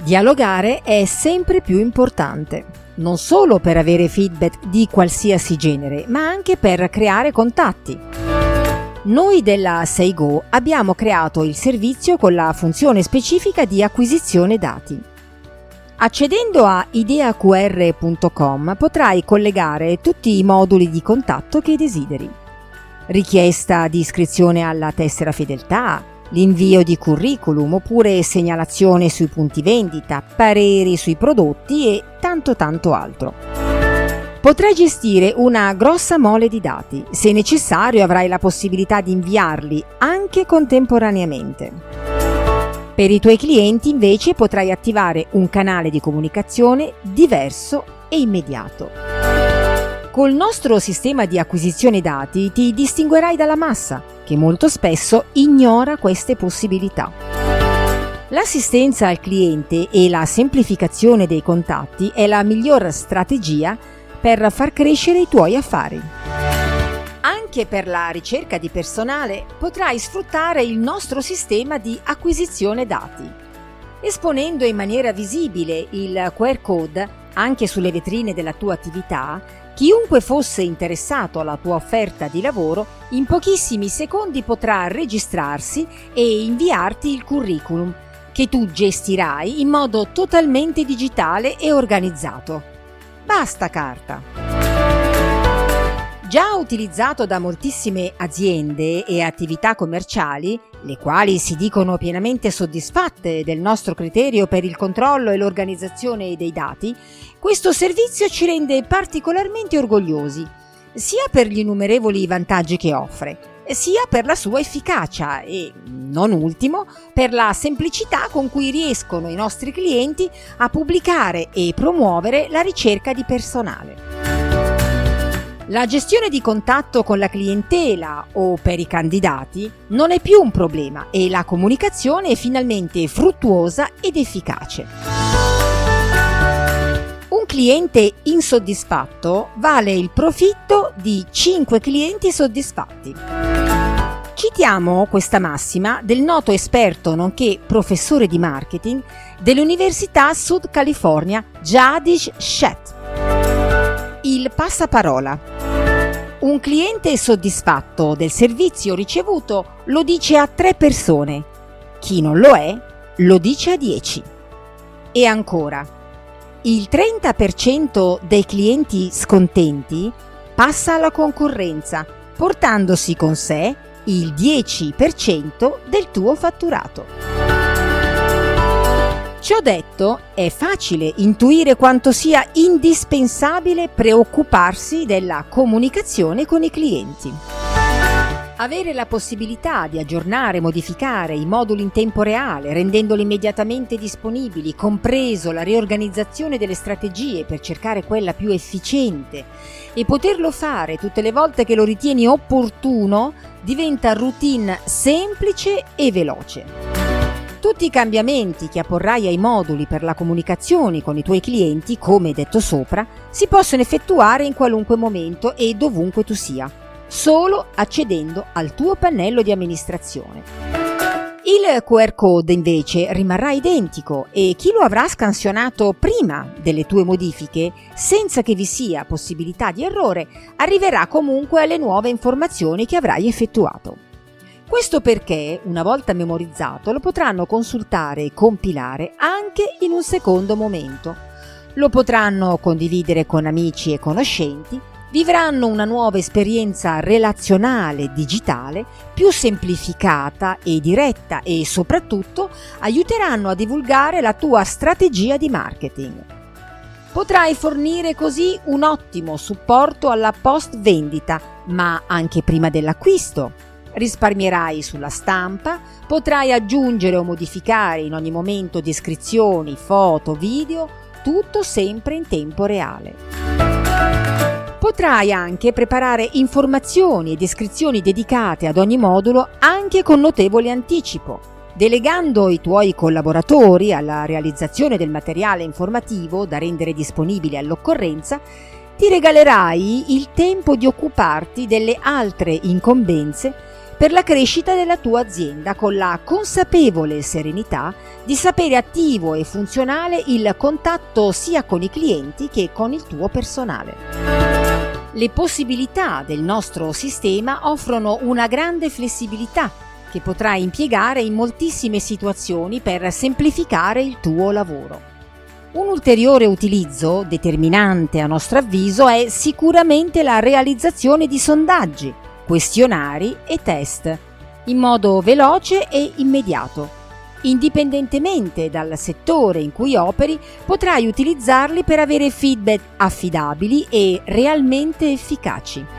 Dialogare è sempre più importante, non solo per avere feedback di qualsiasi genere, ma anche per creare contatti. Noi della SeiGo abbiamo creato il servizio con la funzione specifica di acquisizione dati. Accedendo a ideaqr.com potrai collegare tutti i moduli di contatto che desideri. Richiesta di iscrizione alla tessera fedeltà, l'invio di curriculum oppure segnalazione sui punti vendita, pareri sui prodotti e tanto altro. Potrai gestire una grossa mole di dati. Se necessario avrai la possibilità di inviarli anche contemporaneamente. Per i tuoi clienti invece potrai attivare un canale di comunicazione diverso e immediato. Col nostro sistema di acquisizione dati ti distinguerai dalla massa, che molto spesso ignora queste possibilità. L'assistenza al cliente e la semplificazione dei contatti è la miglior strategia per far crescere i tuoi affari. Anche per la ricerca di personale potrai sfruttare il nostro sistema di acquisizione dati. Esponendo in maniera visibile il QR code anche sulle vetrine della tua attività, chiunque fosse interessato alla tua offerta di lavoro in pochissimi secondi potrà registrarsi e inviarti il curriculum, che tu gestirai in modo totalmente digitale e organizzato. Basta carta! Già utilizzato da moltissime aziende e attività commerciali, le quali si dicono pienamente soddisfatte del nostro criterio per il controllo e l'organizzazione dei dati, questo servizio ci rende particolarmente orgogliosi, sia per gli innumerevoli vantaggi che offre, sia per la sua efficacia e, non ultimo, per la semplicità con cui riescono i nostri clienti a pubblicare e promuovere la ricerca di personale. La gestione di contatto con la clientela o per i candidati non è più un problema e la comunicazione è finalmente fruttuosa ed efficace. Un cliente insoddisfatto vale il profitto di 5 clienti soddisfatti. Citiamo questa massima del noto esperto nonché professore di marketing dell'Università Sud California Jadish Sheth. Il passaparola. Un cliente soddisfatto del servizio ricevuto lo dice a 3 persone. Chi non lo è, lo dice a 10. E ancora, il 30% dei clienti scontenti passa alla concorrenza, portandosi con sé il 10% del tuo fatturato. Ciò detto, è facile intuire quanto sia indispensabile preoccuparsi della comunicazione con i clienti. Avere la possibilità di aggiornare e modificare i moduli in tempo reale, rendendoli immediatamente disponibili, compreso la riorganizzazione delle strategie per cercare quella più efficiente, e poterlo fare tutte le volte che lo ritieni opportuno, diventa routine semplice e veloce. Tutti i cambiamenti che apporrai ai moduli per la comunicazione con i tuoi clienti, come detto sopra, si possono effettuare in qualunque momento e dovunque tu sia, solo accedendo al tuo pannello di amministrazione. Il QR code invece rimarrà identico e chi lo avrà scansionato prima delle tue modifiche, senza che vi sia possibilità di errore, arriverà comunque alle nuove informazioni che avrai effettuato. Questo perché, una volta memorizzato, lo potranno consultare e compilare anche in un secondo momento. Lo potranno condividere con amici e conoscenti, vivranno una nuova esperienza relazionale digitale più semplificata e diretta e soprattutto aiuteranno a divulgare la tua strategia di marketing. Potrai fornire così un ottimo supporto alla post vendita, ma anche prima dell'acquisto. Risparmierai sulla stampa, potrai aggiungere o modificare in ogni momento descrizioni, foto, video, tutto sempre in tempo reale. Potrai anche preparare informazioni e descrizioni dedicate ad ogni modulo anche con notevole anticipo, delegando i tuoi collaboratori alla realizzazione del materiale informativo da rendere disponibile all'occorrenza. Ti regalerai il tempo di occuparti delle altre incombenze per la crescita della tua azienda, con la consapevole serenità di sapere attivo e funzionale il contatto sia con i clienti che con il tuo personale. Le possibilità del nostro sistema offrono una grande flessibilità che potrai impiegare in moltissime situazioni per semplificare il tuo lavoro. Un ulteriore utilizzo, determinante a nostro avviso, è sicuramente la realizzazione di sondaggi, questionari e test, in modo veloce e immediato. Indipendentemente dal settore in cui operi, potrai utilizzarli per avere feedback affidabili e realmente efficaci.